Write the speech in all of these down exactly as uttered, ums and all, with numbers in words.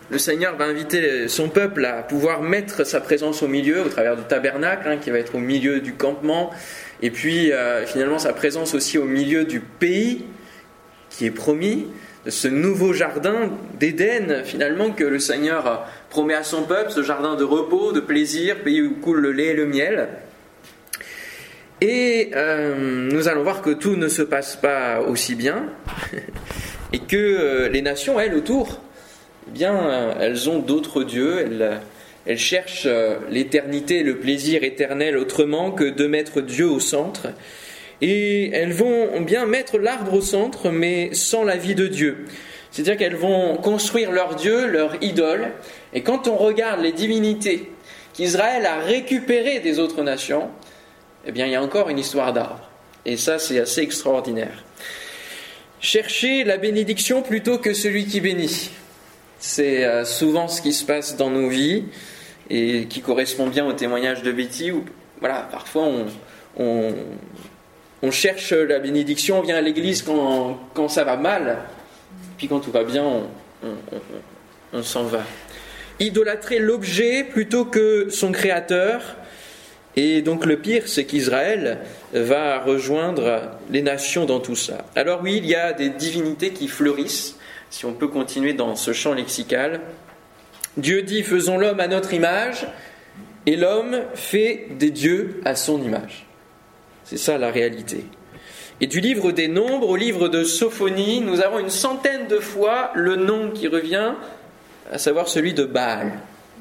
le Seigneur va inviter son peuple à pouvoir mettre sa présence au milieu, au travers du tabernacle, hein, qui va être au milieu du campement, et puis euh, finalement sa présence aussi au milieu du pays qui est promis, de ce nouveau jardin d'Éden, finalement, que le Seigneur promet à son peuple, ce jardin de repos, de plaisir, pays où coule le lait et le miel. Et euh, nous allons voir que tout ne se passe pas aussi bien, et que euh, les nations, elles, autour, eh bien, euh, elles ont d'autres dieux, elles, elles cherchent euh, l'éternité, le plaisir éternel autrement que de mettre Dieu au centre. Et elles vont bien mettre l'arbre au centre, mais sans la vie de Dieu. C'est-à-dire qu'elles vont construire leur Dieu, leur idole. Et quand on regarde les divinités qu'Israël a récupérées des autres nations, eh bien, il y a encore une histoire d'arbre. Et ça, c'est assez extraordinaire. Chercher la bénédiction plutôt que celui qui bénit. C'est euh, souvent ce qui se passe dans nos vies et qui correspond bien au témoignage de Betty, où, voilà, parfois on... on On cherche la bénédiction, on vient à l'église quand, quand ça va mal, puis quand tout va bien, on, on, on, on s'en va. Idolâtrer l'objet plutôt que son créateur, et donc le pire, c'est qu'Israël va rejoindre les nations dans tout ça. Alors oui, il y a des divinités qui fleurissent, si on peut continuer dans ce champ lexical. Dieu dit « faisons l'homme à notre image », et l'homme fait des dieux à son image. C'est ça la réalité. Et du livre des Nombres au livre de Sophonie, nous avons une centaine de fois le nom qui revient, à savoir celui de Baal.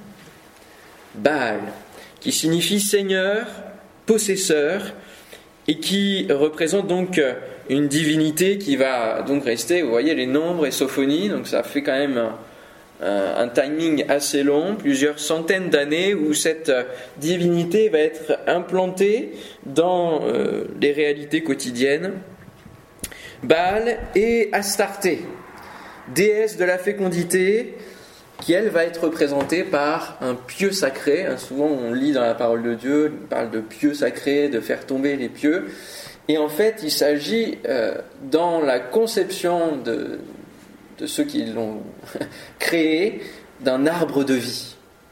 Baal, qui signifie Seigneur, possesseur, et qui représente donc une divinité qui va donc rester, vous voyez, les Nombres et Sophonie, donc ça fait quand même un, un timing assez long, plusieurs centaines d'années où cette divinité va être implantée dans euh, les réalités quotidiennes. Baal et Astarté, déesse de la fécondité, qui elle va être représentée par un pieu sacré. Souvent on lit dans la parole de Dieu, on parle de pieu sacré, de faire tomber les pieux. Et en fait il s'agit euh, dans la conception de de ceux qui l'ont créé, d'un arbre de vie.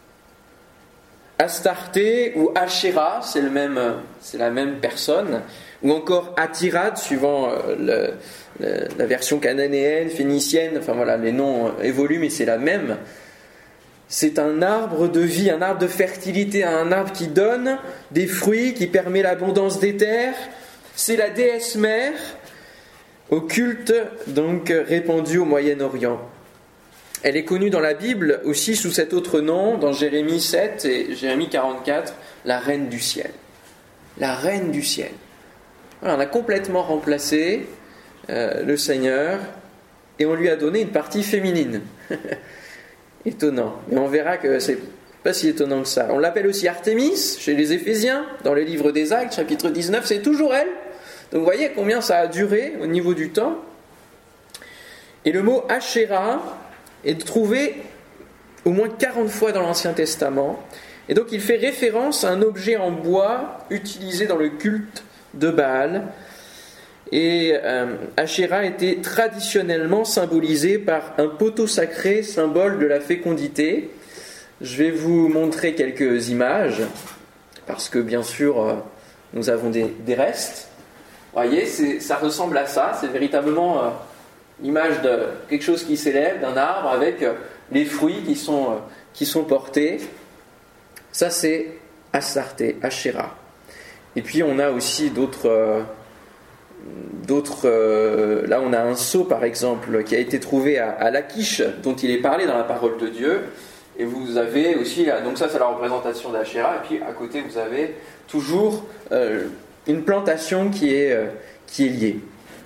Astarté ou Ashéra, c'est, le même, c'est la même personne, ou encore Atirad, suivant le, le, la version cananéenne, phénicienne, enfin voilà, les noms évoluent, mais c'est la même. C'est un arbre de vie, un arbre de fertilité, un arbre qui donne des fruits, qui permet l'abondance des terres. C'est la déesse mère, au culte donc répandu au Moyen-Orient. Elle est connue dans la Bible aussi sous cet autre nom, dans Jérémie sept et Jérémie quarante-quatre, la reine du ciel. La reine du ciel. Voilà, on a complètement remplacé euh, le Seigneur et on lui a donné une partie féminine. Étonnant. Mais on verra que c'est pas si étonnant que ça. On l'appelle aussi Artémis chez les Éphésiens, dans le livre des Actes, chapitre dix-neuf, c'est toujours elle. Donc vous voyez combien ça a duré au niveau du temps. Et le mot Ashéra est trouvé au moins quarante fois dans l'Ancien Testament. Et donc il fait référence à un objet en bois utilisé dans le culte de Baal. Et euh, Ashéra était traditionnellement symbolisé par un poteau sacré, symbole de la fécondité. Je vais vous montrer quelques images, parce que bien sûr euh, nous avons des, des restes. Vous voyez, c'est, ça ressemble à ça, c'est véritablement euh, l'image de quelque chose qui s'élève, d'un arbre avec euh, les fruits qui sont, euh, qui sont portés. Ça c'est Astarté, Ashéra. Et puis on a aussi d'autres, euh, d'autres euh, là on a un sceau par exemple qui a été trouvé à, à Lachish, dont il est parlé dans la parole de Dieu. Et vous avez aussi, donc ça c'est la représentation d'Ashéra, et puis à côté vous avez toujours euh, une plantation qui est, euh, qui est liée.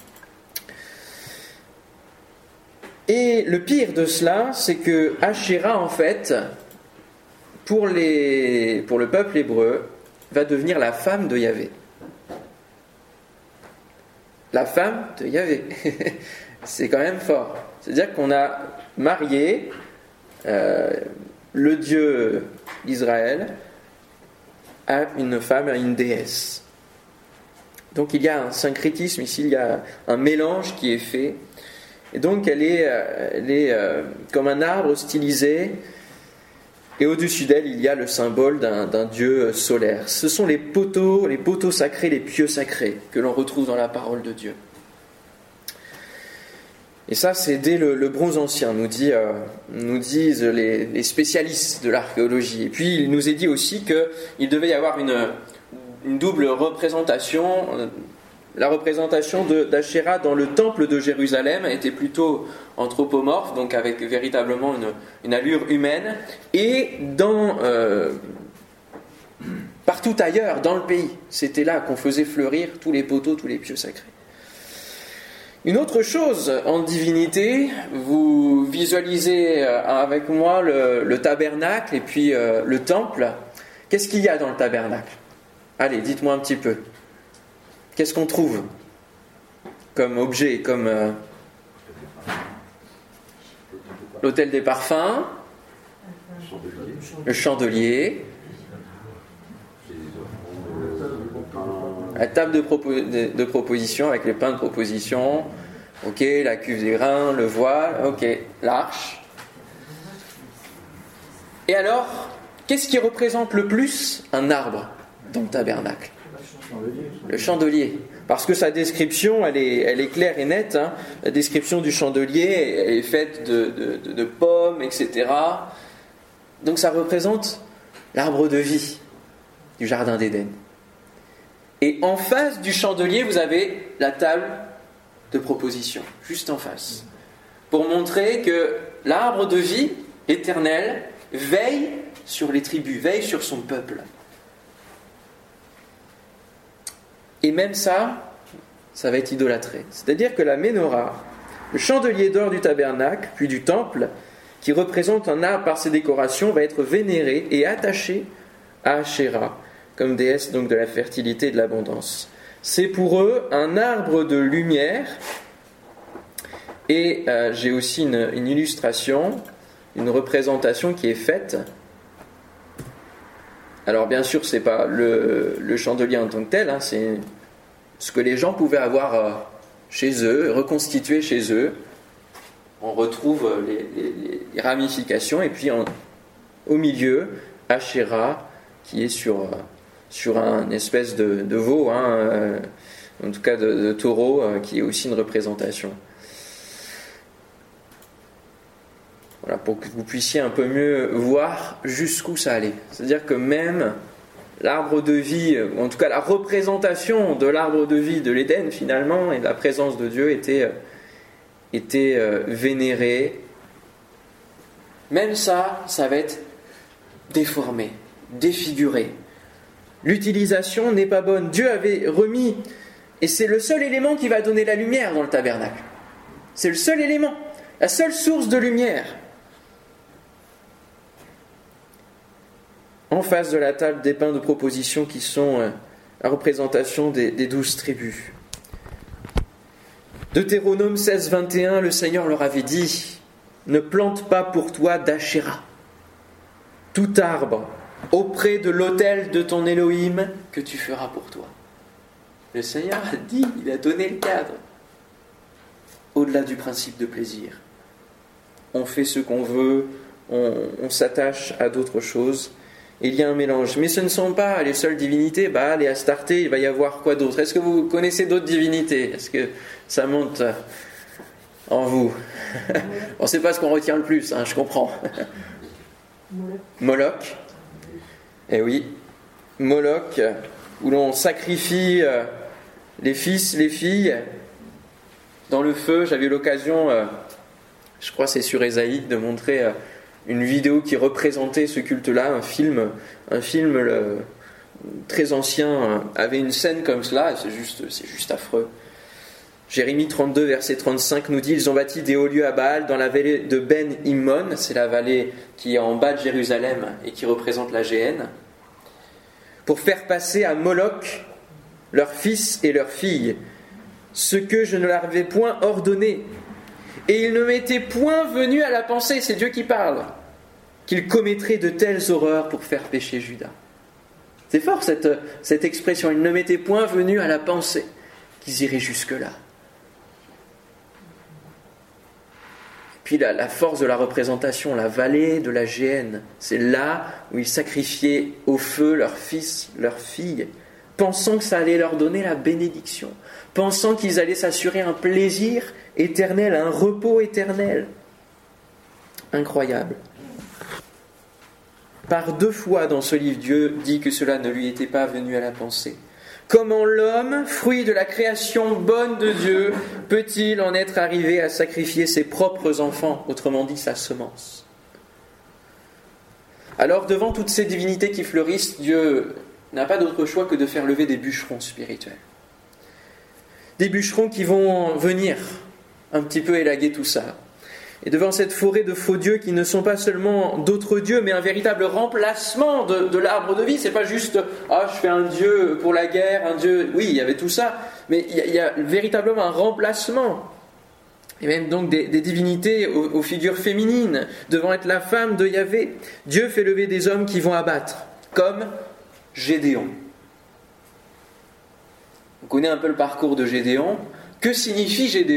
Et le pire de cela, c'est que Ashéra en fait, pour, les, pour le peuple hébreu, va devenir la femme de Yahvé. La femme de Yahvé. C'est quand même fort. C'est-à-dire qu'on a marié Euh, le Dieu d'Israël à une femme, à une déesse. Donc il y a un syncrétisme ici, il y a un mélange qui est fait. Et donc elle est, elle est euh, comme un arbre stylisé, et au-dessus d'elle il y a le symbole d'un, d'un dieu solaire. Ce sont les poteaux, les poteaux sacrés, les pieux sacrés que l'on retrouve dans la parole de Dieu. Et ça, c'est dès le, le bronze ancien, nous, dit, euh, nous disent les, les spécialistes de l'archéologie. Et puis, il nous est dit aussi qu'il devait y avoir une, une double représentation. La représentation de, d'Achéra dans le temple de Jérusalem était plutôt anthropomorphe, donc avec véritablement une, une allure humaine. Et dans, euh, partout ailleurs, dans le pays, c'était là qu'on faisait fleurir tous les poteaux, tous les pieux sacrés. Une autre chose en divinité, vous visualisez avec moi le, le tabernacle et puis euh, le temple. Qu'est-ce qu'il y a dans le tabernacle ? Allez, dites-moi un petit peu. Qu'est-ce qu'on trouve comme objet, comme euh, l'autel des parfums, le chandelier, la table de, propo- de, de proposition avec les pains de proposition, ok, la cuve des grains, le voile, ok, l'arche. Et alors, qu'est-ce qui représente le plus un arbre dans le tabernacle ? Le chandelier. Parce que sa description, elle est, elle est claire et nette. Hein. La description du chandelier, elle est faite de, de, de, de pommes, et cetera. Donc ça représente l'arbre de vie du jardin d'Éden. Et en face du chandelier, vous avez la table de proposition, juste en face. Pour montrer que l'arbre de vie éternel veille sur les tribus, veille sur son peuple. Et même ça, ça va être idolâtré. C'est-à-dire que la Ménorah, le chandelier d'or du tabernacle, puis du temple, qui représente un arbre par ses décorations, va être vénéré et attaché à Achéra, comme déesse donc de la fertilité et de l'abondance. C'est pour eux un arbre de lumière. Et euh, j'ai aussi une, une illustration, une représentation qui est faite. Alors bien sûr, c'est pas le, le chandelier en tant que tel, hein, c'est ce que les gens pouvaient avoir euh, chez eux, reconstitué chez eux. On retrouve les, les, les ramifications, et puis en, au milieu, Achéra, qui est sur, euh, sur un espèce de, de veau, hein, euh, en tout cas de, de taureau, euh, qui est aussi une représentation. Voilà, pour que vous puissiez un peu mieux voir jusqu'où ça allait. C'est-à-dire que même l'arbre de vie, ou en tout cas la représentation de l'arbre de vie de l'Éden finalement, et de la présence de Dieu était, était euh, vénérée. Même ça, ça va être déformé, défiguré. L'utilisation n'est pas bonne. Dieu avait remis, et c'est le seul élément qui va donner la lumière dans le tabernacle. C'est le seul élément, la seule source de lumière. En face de la table des pains de proposition qui sont euh, la représentation des, des douze tribus. Deutéronome seize, vingt et un, le Seigneur leur avait dit « Ne plante pas pour toi d'Achéra, tout arbre auprès de l'autel de ton Élohim que tu feras pour toi. » Le Seigneur a dit, il a donné le cadre. Au-delà du principe de plaisir. On fait ce qu'on veut, on, on s'attache à d'autres choses. Il y a un mélange. Mais ce ne sont pas les seules divinités. Baal et Astarté, il va y avoir quoi d'autre ? Est-ce que vous connaissez d'autres divinités ? Est-ce que ça monte en vous ? Bon, c'est pas ce qu'on retient le plus, hein, je comprends. Moloch. Eh oui, Moloch, où l'on sacrifie les fils, les filles, dans le feu. J'avais eu l'occasion, je crois que c'est sur Ésaïe, de montrer une vidéo qui représentait ce culte-là, un film, un film le, très ancien avait une scène comme cela, et c'est juste, c'est juste affreux. Jérémie trente-deux, verset trente-cinq nous dit « Ils ont bâti des hauts lieux à Baal dans la vallée de Ben Himmon », c'est la vallée qui est en bas de Jérusalem et qui représente la Géhenne, pour faire passer à Moloch leurs fils et leurs filles, ce que je ne leur avais point ordonné. Et il ne m'était point venu à la pensée, c'est Dieu qui parle, qu'il commettrait de telles horreurs pour faire pécher Juda. C'est fort cette, cette expression, il ne m'était point venu à la pensée qu'ils iraient jusque-là. Puis la, la force de la représentation, la vallée de la Géhenne, c'est là où ils sacrifiaient au feu leurs fils, leurs filles, pensant que ça allait leur donner la bénédiction, pensant qu'ils allaient s'assurer un plaisir éternel, un repos éternel. Incroyable. Par deux fois dans ce livre, Dieu dit que cela ne lui était pas venu à la pensée. Comment l'homme, fruit de la création bonne de Dieu, peut-il en être arrivé à sacrifier ses propres enfants, autrement dit sa semence ? Alors, devant toutes ces divinités qui fleurissent, Dieu n'a pas d'autre choix que de faire lever des bûcherons spirituels. Des bûcherons qui vont venir un petit peu élaguer tout ça. Et devant cette forêt de faux dieux qui ne sont pas seulement d'autres dieux, mais un véritable remplacement de, de l'arbre de vie. C'est pas juste « Ah, je fais un dieu pour la guerre, un dieu... » Oui, il y avait tout ça, mais il y a, il y a véritablement un remplacement. Et même donc des, des divinités aux, aux figures féminines, devant être la femme de Yahvé. Dieu fait lever des hommes qui vont abattre, comme Gédéon. On connaît un peu le parcours de Gédéon. Que signifie Gédéon ?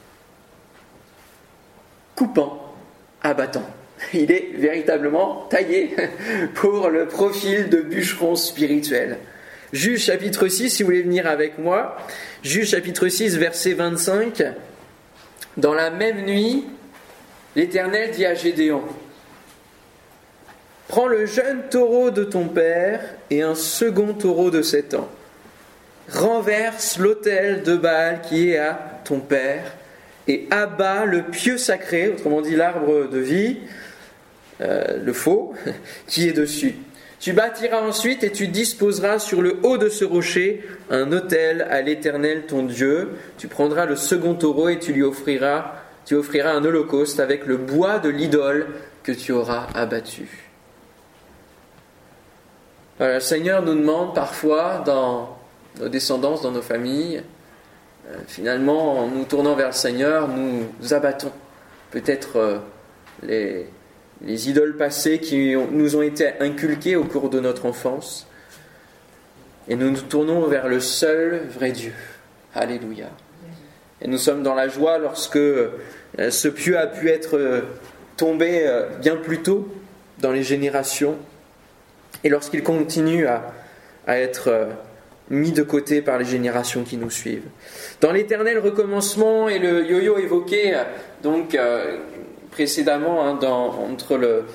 Coupant, abattant. Il est véritablement taillé pour le profil de bûcheron spirituel. Juge chapitre six, si vous voulez venir avec moi. Juge chapitre six, verset vingt-cinq. Dans la même nuit, l'Éternel dit à Gédéon : prends le jeune taureau de ton père et un second taureau de sept ans. Renverse l'autel de Baal qui est à ton père et abat le pieu sacré, autrement dit l'arbre de vie, euh, le faux, qui est dessus. Tu bâtiras ensuite et tu disposeras sur le haut de ce rocher un autel à l'Éternel ton Dieu. Tu prendras le second taureau et tu lui offriras, tu offriras un holocauste avec le bois de l'idole que tu auras abattu. Voilà, le Seigneur nous demande parfois dans nos descendances, dans nos familles, Euh, finalement, en nous tournant vers le Seigneur, nous, nous abattons peut-être euh, les, les idoles passées qui ont, nous ont été inculquées au cours de notre enfance, et nous nous tournons vers le seul vrai Dieu. Alléluia. Et nous sommes dans la joie lorsque euh, ce pieu a pu être euh, tombé euh, bien plus tôt dans les générations, et lorsqu'il continue à, à être euh, mis de côté par les générations qui nous suivent. Dans l'éternel recommencement, et le yo-yo évoqué donc euh, précédemment hein, dans, entre le,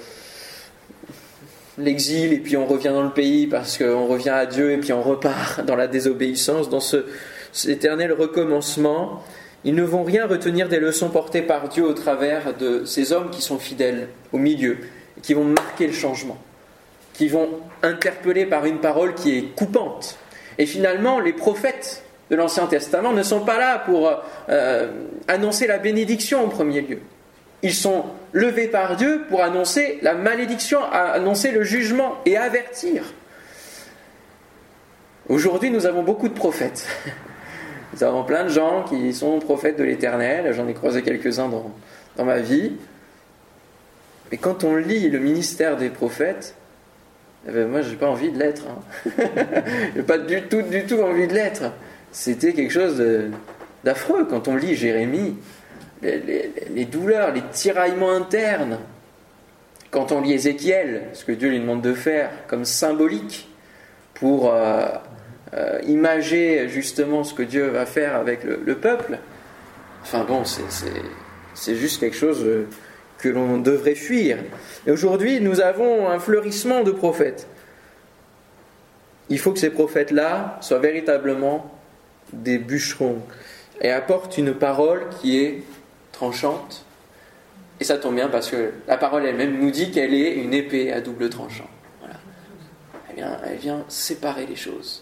l'exil et puis on revient dans le pays parce qu'on revient à Dieu et puis on repart dans la désobéissance, dans ce, cet éternel recommencement, ils ne vont rien retenir des leçons portées par Dieu au travers de ces hommes qui sont fidèles au milieu, qui vont marquer le changement, qui vont interpeller par une parole qui est coupante. Et finalement, les prophètes de l'Ancien Testament ne sont pas là pour euh, annoncer la bénédiction en premier lieu. Ils sont levés par Dieu pour annoncer la malédiction, annoncer le jugement et avertir. Aujourd'hui, nous avons beaucoup de prophètes. Nous avons plein de gens qui sont prophètes de l'Éternel. J'en ai croisé quelques-uns dans, dans ma vie. Mais quand on lit le ministère des prophètes, eh ben moi, j'ai pas envie de l'être. Hein. J'ai pas du tout, du tout envie de l'être. C'était quelque chose de, d'affreux quand on lit Jérémie. Les, les, les douleurs, les tiraillements internes. Quand on lit Ézéchiel, ce que Dieu lui demande de faire comme symbolique pour euh, euh, imager justement ce que Dieu va faire avec le, le peuple. Enfin bon, c'est, c'est, c'est juste quelque chose que l'on devrait fuir. Et aujourd'hui, nous avons un fleurissement de prophètes. Il faut que ces prophètes-là soient véritablement des bûcherons et apportent une parole qui est tranchante. Et ça tombe bien parce que la parole elle-même nous dit qu'elle est une épée à double tranchant. Voilà. Elle vient, elle vient séparer les choses.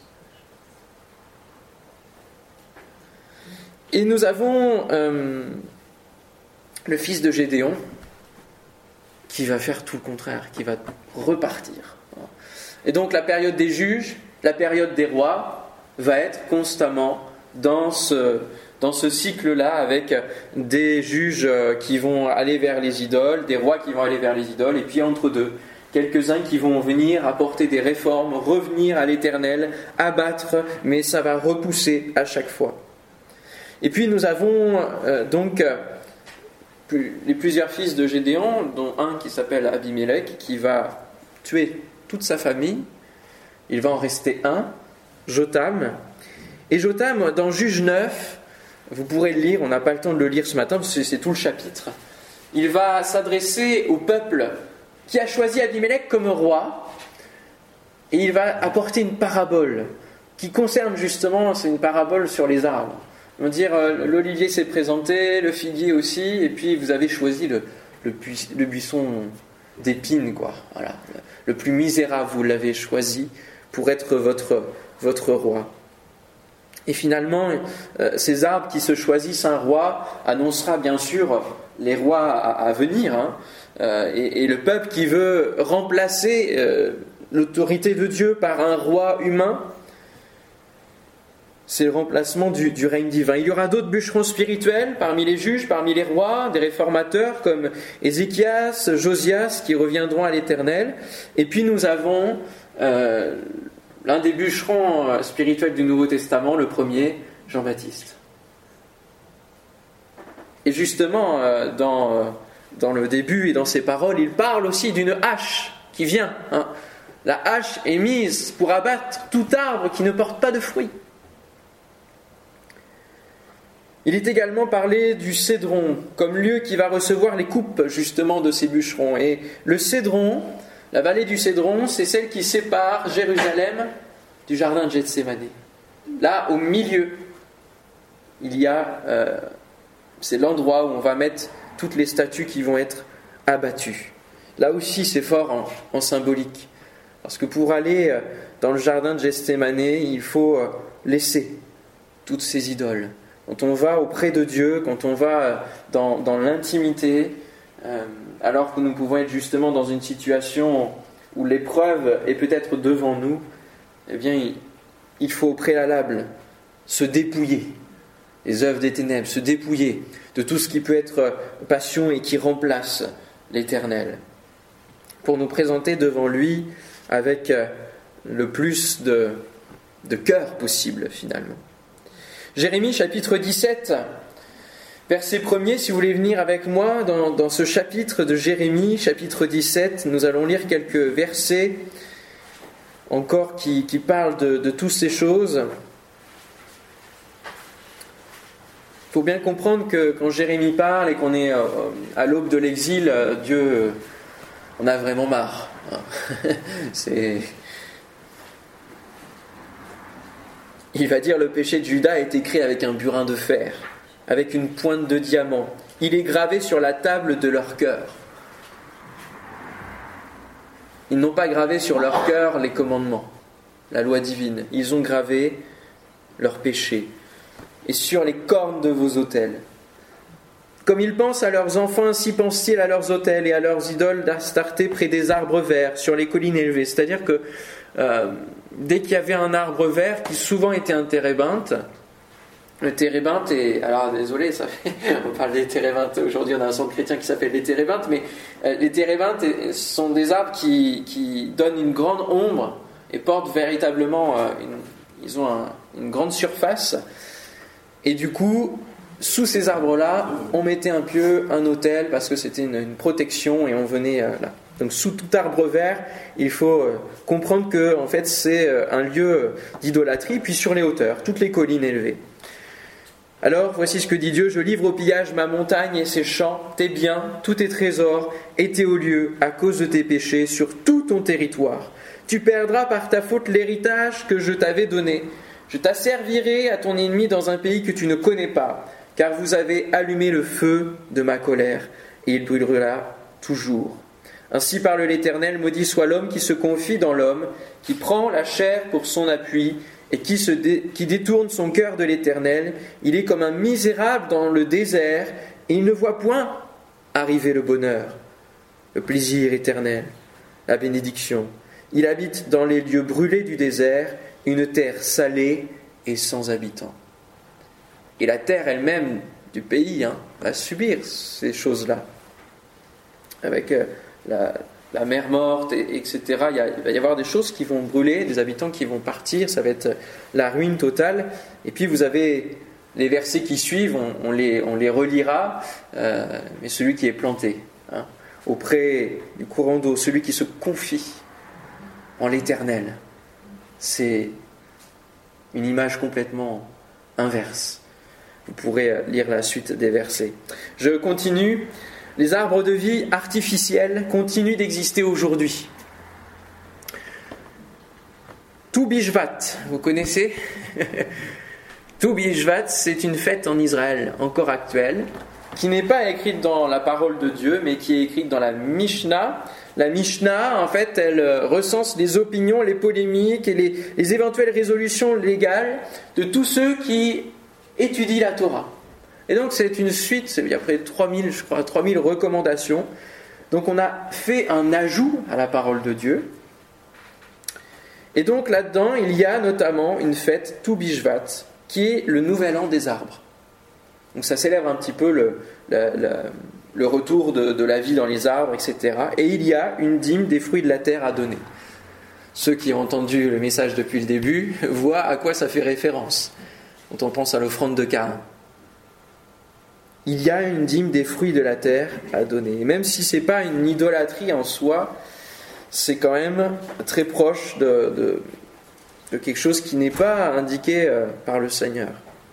Et nous avons euh, le fils de Gédéon qui va faire tout le contraire, qui va repartir. Et donc la période des juges, la période des rois, va être constamment dans ce, dans ce cycle-là, avec des juges qui vont aller vers les idoles, des rois qui vont aller vers les idoles, et puis entre deux, quelques-uns qui vont venir apporter des réformes, revenir à l'Éternel, abattre, mais ça va repousser à chaque fois. Et puis nous avons euh, donc plus, les plusieurs fils de Gédéon, dont un qui s'appelle Abimélec, qui va tuer toute sa famille. Il va en rester un, Jotham. Et Jotham, dans Juge neuf, vous pourrez le lire, on n'a pas le temps de le lire ce matin, parce que c'est tout le chapitre. Il va s'adresser au peuple qui a choisi Abimélec comme roi, et il va apporter une parabole qui concerne justement, c'est une parabole sur les arbres. On va dire, euh, l'olivier s'est présenté, le figuier aussi, et puis vous avez choisi le, le, bui- le buisson d'épines, quoi. Voilà. Le plus misérable, vous l'avez choisi pour être votre, votre roi. Et finalement, euh, ces arbres qui se choisissent un roi annoncera bien sûr les rois à, à venir, hein, euh, et, et le peuple qui veut remplacer euh, l'autorité de Dieu par un roi humain, c'est le remplacement du, du règne divin. Il y aura d'autres bûcherons spirituels parmi les juges, parmi les rois, des réformateurs comme Ézéchias, Josias, qui reviendront à l'Éternel. Et puis nous avons euh, l'un des bûcherons spirituels du Nouveau Testament, le premier, Jean-Baptiste. Et justement, euh, dans, euh, dans le début et dans ses paroles, il parle aussi d'une hache qui vient. Hein. La hache est mise pour abattre tout arbre qui ne porte pas de fruits. Il est également parlé du cédron comme lieu qui va recevoir les coupes justement de ces bûcherons. Et le cédron, la vallée du Cédron, c'est celle qui sépare Jérusalem du jardin de Gethsémani. Là, au milieu, il y a, euh, c'est l'endroit où on va mettre toutes les statues qui vont être abattues. Là aussi, c'est fort en, en symbolique. Parce que pour aller dans le jardin de Gethsémani, il faut laisser toutes ces idoles. Quand on va auprès de Dieu, quand on va dans, dans l'intimité, euh, alors que nous pouvons être justement dans une situation où l'épreuve est peut-être devant nous, eh bien, il, il faut au préalable se dépouiller des œuvres des ténèbres, se dépouiller de tout ce qui peut être passion et qui remplace l'Éternel, pour nous présenter devant lui avec le plus de, de cœur possible, finalement. Jérémie chapitre dix-sept, verset premier, si vous voulez venir avec moi dans, dans ce chapitre de Jérémie, chapitre dix-sept, nous allons lire quelques versets encore qui, qui parlent de, de toutes ces choses. Il faut bien comprendre que quand Jérémie parle et qu'on est à l'aube de l'exil, Dieu en a vraiment marre. C'est... Il va dire: le péché de Juda est écrit avec un burin de fer, avec une pointe de diamant. Il est gravé sur la table de leur cœur. Ils n'ont pas gravé sur leur cœur les commandements, la loi divine. Ils ont gravé leurs péchés. Et sur les cornes de vos autels. Comme ils pensent à leurs enfants, ainsi pensent-ils à leurs autels et à leurs idoles d'Astarté près des arbres verts, sur les collines élevées. C'est-à-dire que euh, dès qu'il y avait un arbre vert, qui souvent était un térébinthe, le térébinthe est... Alors désolé, ça fait... on parle des térébinthes, aujourd'hui on a un centre chrétien qui s'appelle les térébinthes, mais euh, les térébinthes sont des arbres qui, qui donnent une grande ombre et portent véritablement... Euh, une... Ils ont un, une grande surface, et du coup... Sous ces arbres-là, on mettait un pieu, un autel, parce que c'était une, une protection et on venait euh, là. Donc sous tout arbre vert, il faut euh, comprendre que en fait c'est euh, un lieu d'idolâtrie. Puis sur les hauteurs, toutes les collines élevées. Alors voici ce que dit Dieu: je livre au pillage ma montagne et ses champs, tes biens, tous tes trésors et tes hauts lieux à cause de tes péchés sur tout ton territoire. Tu perdras par ta faute l'héritage que je t'avais donné. Je t'asservirai à ton ennemi dans un pays que tu ne connais pas. Car vous avez allumé le feu de ma colère, et il brûlera toujours. Ainsi parle l'Éternel, maudit soit l'homme qui se confie dans l'homme, qui prend la chair pour son appui, et qui, se dé, qui détourne son cœur de l'Éternel. Il est comme un misérable dans le désert, et il ne voit point arriver le bonheur, le plaisir éternel, la bénédiction. Il habite dans les lieux brûlés du désert, une terre salée et sans habitants. Et la terre elle-même du pays hein, va subir ces choses-là. Avec euh, la, la mer morte, et, etc. Il, y a, il va y avoir des choses qui vont brûler, des habitants qui vont partir, ça va être la ruine totale. Et puis vous avez les versets qui suivent, on, on, les, on les relira, euh, mais celui qui est planté hein, auprès du courant d'eau, celui qui se confie en l'Éternel, c'est une image complètement inverse. Vous pourrez lire la suite des versets. Je continue. Les arbres de vie artificiels continuent d'exister aujourd'hui. Tu Bishvat, vous connaissez ? Tu Bishvat, c'est une fête en Israël encore actuelle, qui n'est pas écrite dans la parole de Dieu, mais qui est écrite dans la Mishnah. La Mishnah, en fait, elle recense les opinions, les polémiques et les, les éventuelles résolutions légales de tous ceux qui étudient la Torah. Et donc, c'est une suite, il y a près de trois mille, je crois, trois mille recommandations. Donc, on a fait un ajout à la parole de Dieu. Et donc, là-dedans, il y a notamment une fête, Tu Bishvat, qui est le nouvel an des arbres. Donc, ça célèbre un petit peu le... le, le le retour de, de la vie dans les arbres, et cetera. Et il y a une dîme des fruits de la terre à donner. Ceux qui ont entendu le message depuis le début voient à quoi ça fait référence quand on pense à l'offrande de Caïn. Il y a une dîme des fruits de la terre à donner. Et même si ce n'est pas une idolâtrie en soi, c'est quand même très proche de, de, de quelque chose qui n'est pas indiqué par le Seigneur.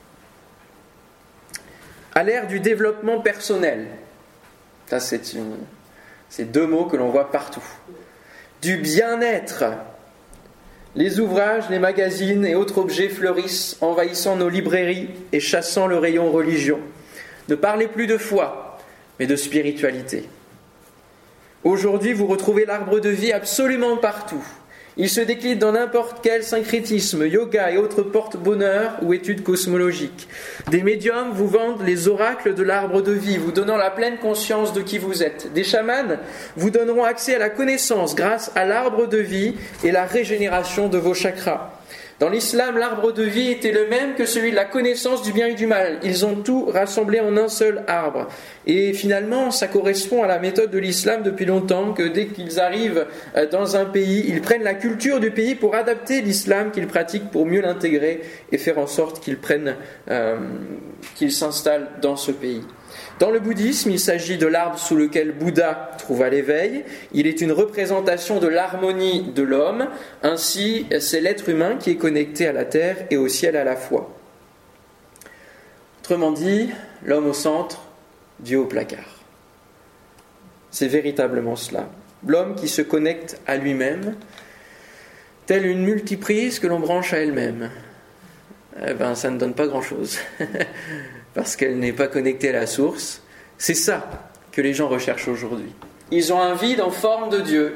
À l'ère du développement personnel, ça, c'est, une, c'est deux mots que l'on voit partout. Du bien-être. Les ouvrages, les magazines et autres objets fleurissent, envahissant nos librairies et chassant le rayon religion. Ne parlez plus de foi, mais de spiritualité. Aujourd'hui, vous retrouvez l'arbre de vie absolument partout. Il se décline dans n'importe quel syncrétisme, yoga et autres porte-bonheur ou études cosmologiques. Des médiums vous vendent les oracles de l'arbre de vie, vous donnant la pleine conscience de qui vous êtes. Des chamans vous donneront accès à la connaissance grâce à l'arbre de vie et la régénération de vos chakras. Dans l'islam, l'arbre de vie était le même que celui de la connaissance du bien et du mal. Ils ont tout rassemblé en un seul arbre. Et finalement, ça correspond à la méthode de l'islam depuis longtemps, que dès qu'ils arrivent dans un pays, ils prennent la culture du pays pour adapter l'islam qu'ils pratiquent, pour mieux l'intégrer et faire en sorte qu'ils prennent, euh, qu'ils s'installent dans ce pays. Dans le bouddhisme, il s'agit de l'arbre sous lequel Bouddha trouva l'éveil. Il est une représentation de l'harmonie de l'homme. Ainsi, c'est l'être humain qui est connecté à la terre et au ciel à la fois. Autrement dit, l'homme au centre, Dieu au placard. C'est véritablement cela. L'homme qui se connecte à lui-même, telle une multiprise que l'on branche à elle-même. Eh ben, ça ne donne pas grand-chose. Parce qu'elle n'est pas connectée à la source. C'est ça que les gens recherchent aujourd'hui. Ils ont un vide en forme de Dieu.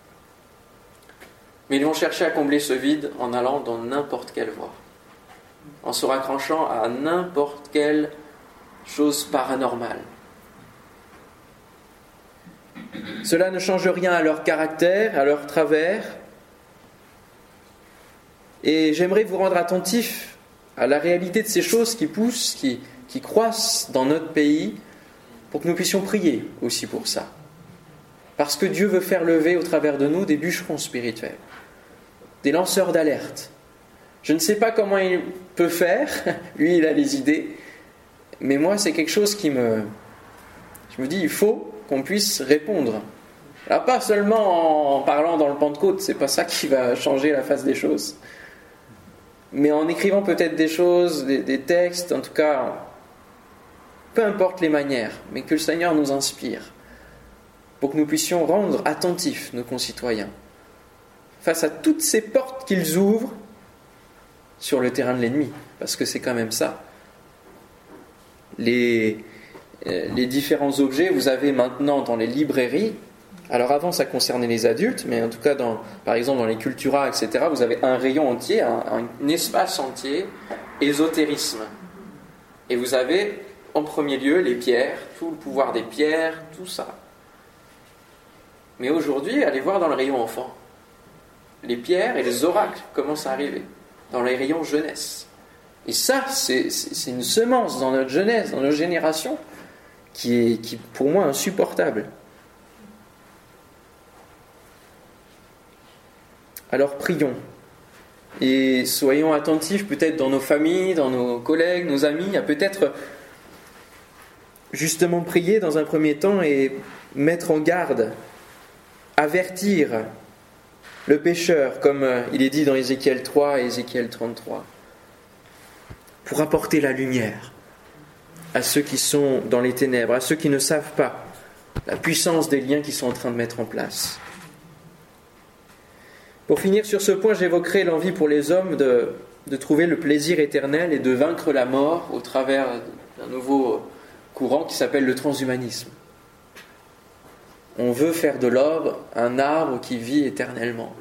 Mais ils vont chercher à combler ce vide en allant dans n'importe quelle voie. En se raccrochant à n'importe quelle chose paranormale. Cela ne change rien à leur caractère, à leur travers. Et j'aimerais vous rendre attentifs à la réalité de ces choses qui poussent, qui, qui croissent dans notre pays, pour que nous puissions prier aussi pour ça. Parce que Dieu veut faire lever au travers de nous des bûcherons spirituels, des lanceurs d'alerte. Je ne sais pas comment il peut faire, lui il a les idées, mais moi c'est quelque chose qui me... Je me dis, il faut qu'on puisse répondre. Alors pas seulement en parlant dans le Pentecôte, c'est pas ça qui va changer la face des choses. Mais en écrivant peut-être des choses, des, des textes, en tout cas, peu importe les manières, mais que le Seigneur nous inspire, pour que nous puissions rendre attentifs nos concitoyens, face à toutes ces portes qu'ils ouvrent sur le terrain de l'ennemi, parce que c'est quand même ça. Les, les différents objets, vous avez maintenant dans les librairies, alors avant ça concernait les adultes, mais en tout cas dans, par exemple dans les culturas, et cetera, vous avez un rayon entier, un, un espace entier, ésotérisme. Et vous avez en premier lieu les pierres, tout le pouvoir des pierres, tout ça. Mais aujourd'hui, allez voir dans le rayon enfant. Les pierres et les oracles commencent à arriver, dans les rayons jeunesse. Et ça, c'est, c'est, c'est une semence dans notre jeunesse, dans nos générations, qui est, qui, pour moi, insupportable. Alors prions Et soyons attentifs peut-être dans nos familles, dans nos collègues, nos amis, à peut-être justement prier dans un premier temps et mettre en garde, avertir le pécheur, comme il est dit dans Ézéchiel trois et Ézéchiel trente-trois, pour apporter la lumière à ceux qui sont dans les ténèbres, à ceux qui ne savent pas la puissance des liens qu'ils sont en train de mettre en place. Pour finir sur ce point, j'évoquerai l'envie pour les hommes de, de trouver le plaisir éternel et de vaincre la mort au travers d'un nouveau courant qui s'appelle le transhumanisme. On veut faire de l'homme un arbre qui vit éternellement.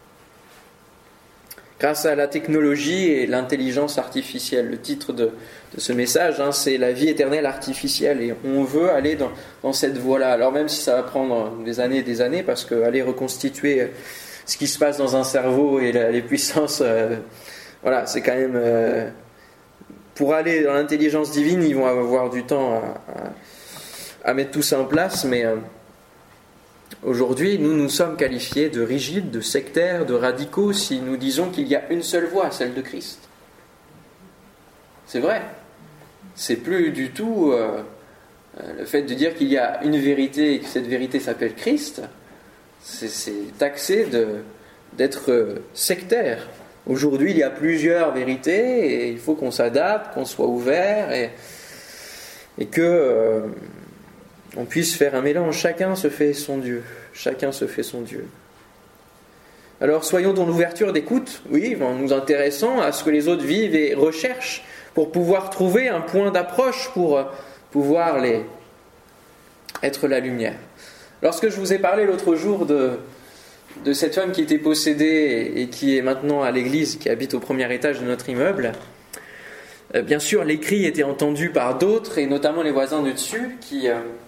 Grâce à la technologie et l'intelligence artificielle. Le titre de, de ce message, hein, c'est la vie éternelle artificielle. Et on veut aller dans, dans cette voie-là. Alors même si ça va prendre des années et des années, parce qu'aller reconstituer ce qui se passe dans un cerveau et la, les puissances, euh, voilà, c'est quand même... Euh, pour aller dans l'intelligence divine, ils vont avoir du temps à, à, à mettre tout ça en place, mais... Euh, Aujourd'hui, nous nous sommes qualifiés de rigides, de sectaires, de radicaux si nous disons qu'il y a une seule voie, celle de Christ. C'est vrai. C'est plus du tout euh, le fait de dire qu'il y a une vérité et que cette vérité s'appelle Christ. C'est, c'est taxé de, d'être sectaire. Aujourd'hui, il y a plusieurs vérités et il faut qu'on s'adapte, qu'on soit ouvert et, et que... Euh, on puisse faire un mélange. Chacun se fait son Dieu. Chacun se fait son Dieu. Alors soyons dans l'ouverture d'écoute, oui, en nous intéressant à ce que les autres vivent et recherchent pour pouvoir trouver un point d'approche pour pouvoir les... être la lumière. Lorsque je vous ai parlé l'autre jour de, de cette femme qui était possédée et qui est maintenant à l'église, qui habite au premier étage de notre immeuble, bien sûr les cris étaient entendus par d'autres et notamment les voisins du dessus qui...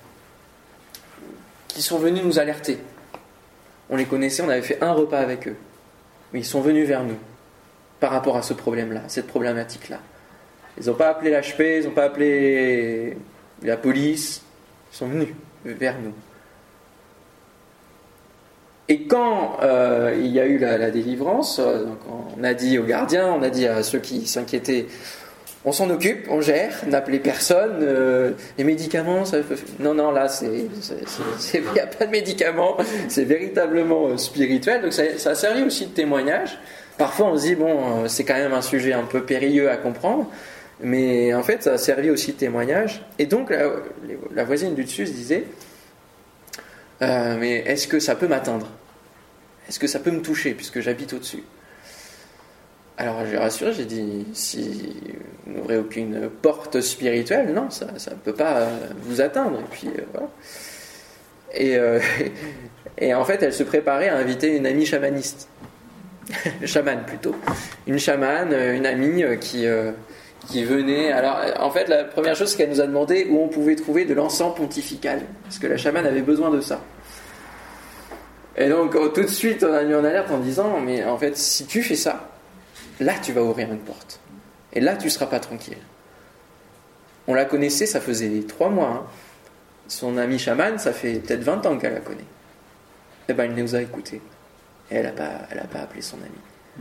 qui sont venus nous alerter. On les connaissait, on avait fait un repas avec eux. Mais ils sont venus vers nous par rapport à ce problème-là, cette problématique-là. Ils n'ont pas appelé l'H P, ils n'ont pas appelé la police. Ils sont venus vers nous. Et quand euh, il y a eu la, la délivrance, euh, donc on a dit aux gardiens, on a dit à ceux qui s'inquiétaient, on s'en occupe, on gère, n'appelez personne. Euh, les médicaments, ça peut... non, non, là, c'est, il n'y a pas de médicaments, c'est véritablement euh, spirituel. Donc ça, ça a servi aussi de témoignage. Parfois, on se dit, bon, euh, c'est quand même un sujet un peu périlleux à comprendre, mais en fait, ça a servi aussi de témoignage. Et donc, la, la voisine du dessus se disait, euh, mais est-ce que ça peut m'atteindre ? Est-ce que ça peut me toucher, puisque j'habite au-dessus ? Alors j'ai rassuré, j'ai dit, si vous n'ouvrez aucune porte spirituelle, non, ça ne peut pas vous atteindre. Et puis euh, voilà. Et, euh, et en fait, elle se préparait à inviter une amie chamaniste. Chamane plutôt. Une chamane, une amie qui, euh, qui venait. Alors en fait, la première chose, c'est qu'elle nous a demandé où on pouvait trouver de l'encens pontifical. Parce que la chamane avait besoin de ça. Et donc tout de suite, on a mis en alerte en disant, mais en fait, si tu fais ça, là, tu vas ouvrir une porte. Et là, tu ne seras pas tranquille. On la connaissait, ça faisait trois mois. Hein. Son amie chamane, ça fait peut-être vingt ans qu'elle la connaît. Eh bien, elle nous a écoutés. Et elle n'a pas, elle a pas appelé son amie. Mmh.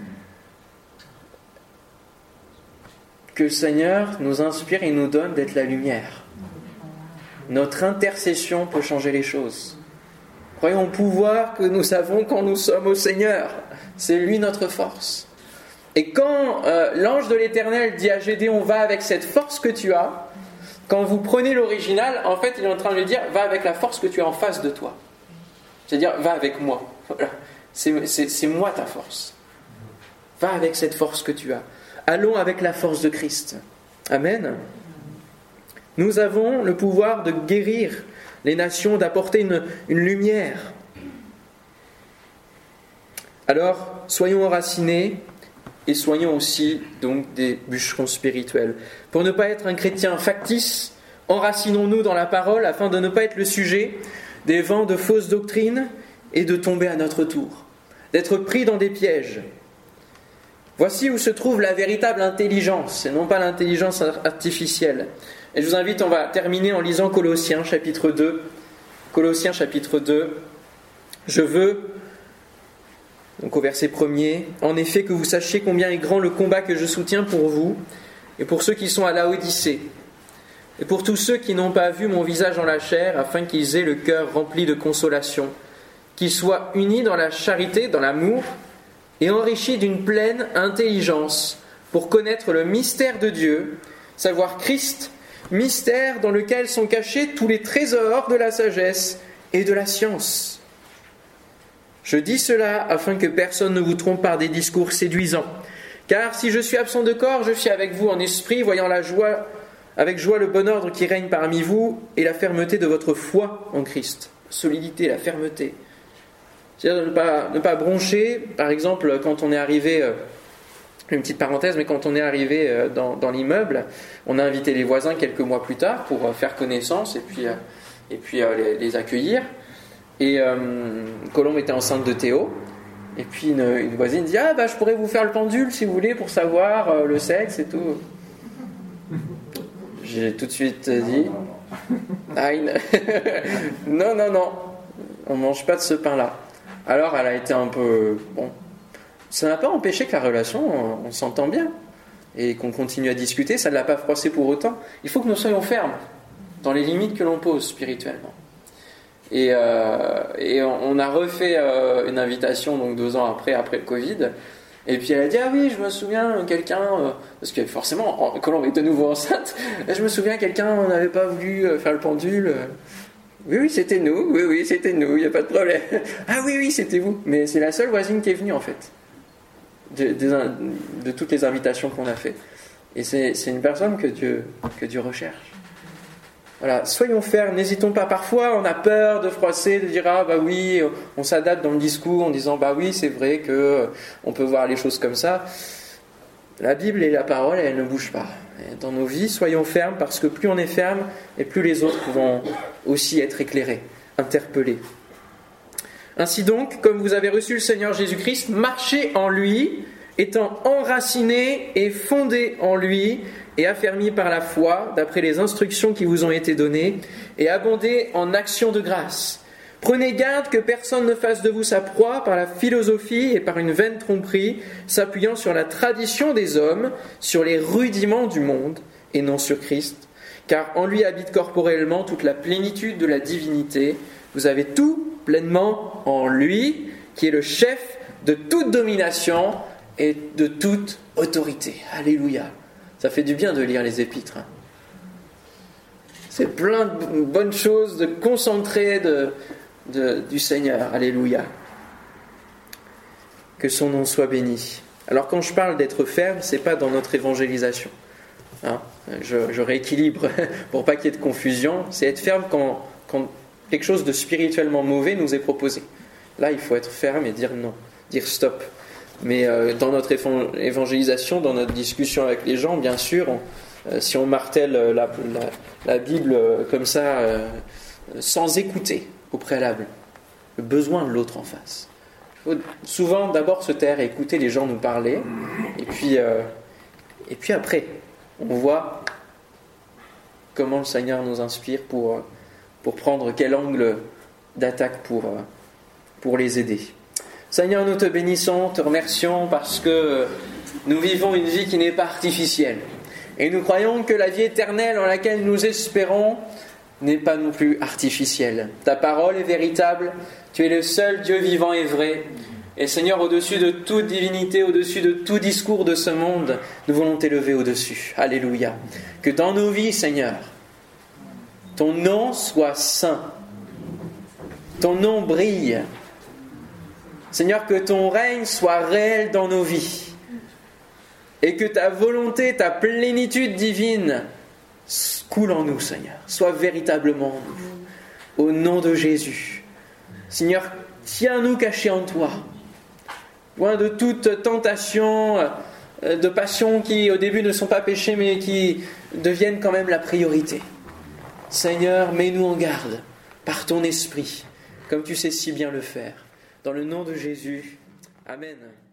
Que le Seigneur nous inspire et nous donne d'être la lumière. Notre intercession peut changer les choses. Croyons au pouvoir que nous avons quand nous sommes au Seigneur. C'est lui notre force. Et quand euh, l'ange de l'Éternel dit à Gédéon, va avec cette force que tu as, quand vous prenez l'original, en fait, il est en train de lui dire, va avec la force que tu as en face de toi. C'est-à-dire, va avec moi. Voilà. C'est, c'est, c'est moi ta force. Va avec cette force que tu as. Allons avec la force de Christ. Amen. Nous avons le pouvoir de guérir les nations, d'apporter une, une lumière. Alors, soyons enracinés. Et soyons aussi donc des bûcherons spirituels. Pour ne pas être un chrétien factice, enracinons-nous dans la parole afin de ne pas être le sujet des vents de fausses doctrines et de tomber à notre tour, d'être pris dans des pièges. Voici où se trouve la véritable intelligence, et non pas l'intelligence artificielle. Et je vous invite, on va terminer en lisant Colossiens chapitre deux. Colossiens chapitre deux. Je veux Donc au verset premier, « En effet, que vous sachiez combien est grand le combat que je soutiens pour vous, et pour ceux qui sont à Laodicée, et pour tous ceux qui n'ont pas vu mon visage en la chair, afin qu'ils aient le cœur rempli de consolation, qu'ils soient unis dans la charité, dans l'amour, et enrichis d'une pleine intelligence, pour connaître le mystère de Dieu, savoir Christ, mystère dans lequel sont cachés tous les trésors de la sagesse et de la science. Je dis cela afin que personne ne vous trompe par des discours séduisants. Car si je suis absent de corps, je suis avec vous en esprit, voyant la joie, avec joie le bon ordre qui règne parmi vous et la fermeté de votre foi en Christ. La solidité, la fermeté. C'est-à-dire de ne pas, ne pas broncher. Par exemple, quand on est arrivé, euh, une petite parenthèse, mais quand on est arrivé euh, dans, dans l'immeuble, on a invité les voisins quelques mois plus tard pour euh, faire connaissance et puis, euh, et puis euh, les, les accueillir. Et euh, Colombe était enceinte de Théo. Et puis une, une voisine dit « Ah bah je pourrais vous faire le pendule si vous voulez pour savoir euh, le sexe et tout. » J'ai tout de suite dit « Aïe, non, non, non, on ne mange pas de ce pain-là. » Alors elle a été un peu... Bon, ça n'a pas empêché que la relation, on, on s'entend bien. Et qu'on continue à discuter, ça ne l'a pas froissé pour autant. Il faut que nous soyons fermes dans les limites que l'on pose spirituellement. Et, euh, et on a refait euh, une invitation donc deux ans après, après le Covid. Et puis elle a dit ah oui, je me souviens quelqu'un euh, parce que forcément Colombe est de nouveau enceinte. Je me souviens quelqu'un n'avait pas voulu euh, faire le pendule. Oui oui c'était nous, oui oui c'était nous, il y a pas de problème. Ah oui oui c'était vous. Mais c'est la seule voisine qui est venue en fait de, de, de toutes les invitations qu'on a fait. Et c'est, c'est une personne que Dieu que Dieu recherche. Voilà, soyons fermes, n'hésitons pas. Parfois, on a peur de froisser, de dire ah bah oui, on s'adapte dans le discours en disant bah oui, c'est vrai que on peut voir les choses comme ça. La Bible et la parole, elles ne bougent pas. Et dans nos vies, soyons fermes parce que plus on est ferme, et plus les autres vont aussi être éclairés, interpellés. Ainsi donc, comme vous avez reçu le Seigneur Jésus-Christ, marchez en lui, étant enracinés et fondés en lui, et affermis par la foi, d'après les instructions qui vous ont été données, et abondez en actions de grâce. Prenez garde que personne ne fasse de vous sa proie par la philosophie et par une vaine tromperie, s'appuyant sur la tradition des hommes, sur les rudiments du monde, et non sur Christ. Car en lui habite corporellement toute la plénitude de la divinité. Vous avez tout pleinement en lui, qui est le chef de toute domination et de toute autorité. Alléluia. Ça fait du bien de lire les épîtres. C'est plein de bonnes choses, de concentrer de, de, du Seigneur. Alléluia. Que son nom soit béni. Alors quand je parle d'être ferme, c'est pas dans notre évangélisation. Hein, je, je rééquilibre pour pas qu'il y ait de confusion. C'est être ferme quand, quand quelque chose de spirituellement mauvais nous est proposé. Là, il faut être ferme et dire non, dire stop. Mais euh, dans notre évangélisation, dans notre discussion avec les gens, bien sûr, on, euh, si on martèle la, la, la Bible euh, comme ça, euh, sans écouter au préalable le besoin de l'autre en face. Il faut souvent d'abord se taire et écouter les gens nous parler, et puis, euh, et puis après, on voit comment le Seigneur nous inspire pour, pour prendre quel angle d'attaque pour, pour les aider. Seigneur, nous te bénissons, te remercions parce que nous vivons une vie qui n'est pas artificielle. Et nous croyons que la vie éternelle en laquelle nous espérons n'est pas non plus artificielle. Ta parole est véritable, tu es le seul Dieu vivant et vrai. Et Seigneur, au-dessus de toute divinité, au-dessus de tout discours de ce monde, nous voulons t'élever au-dessus. Alléluia. Que dans nos vies, Seigneur, ton nom soit saint. Ton nom brille. Seigneur, que ton règne soit réel dans nos vies et que ta volonté, ta plénitude divine coule en nous, Seigneur, soit véritablement en nous. Au nom de Jésus. Seigneur, tiens-nous cachés en toi, loin de toute tentation, de passions qui au début ne sont pas péchés mais qui deviennent quand même la priorité. Seigneur, mets-nous en garde par ton esprit, comme tu sais si bien le faire. Dans le nom de Jésus, Amen.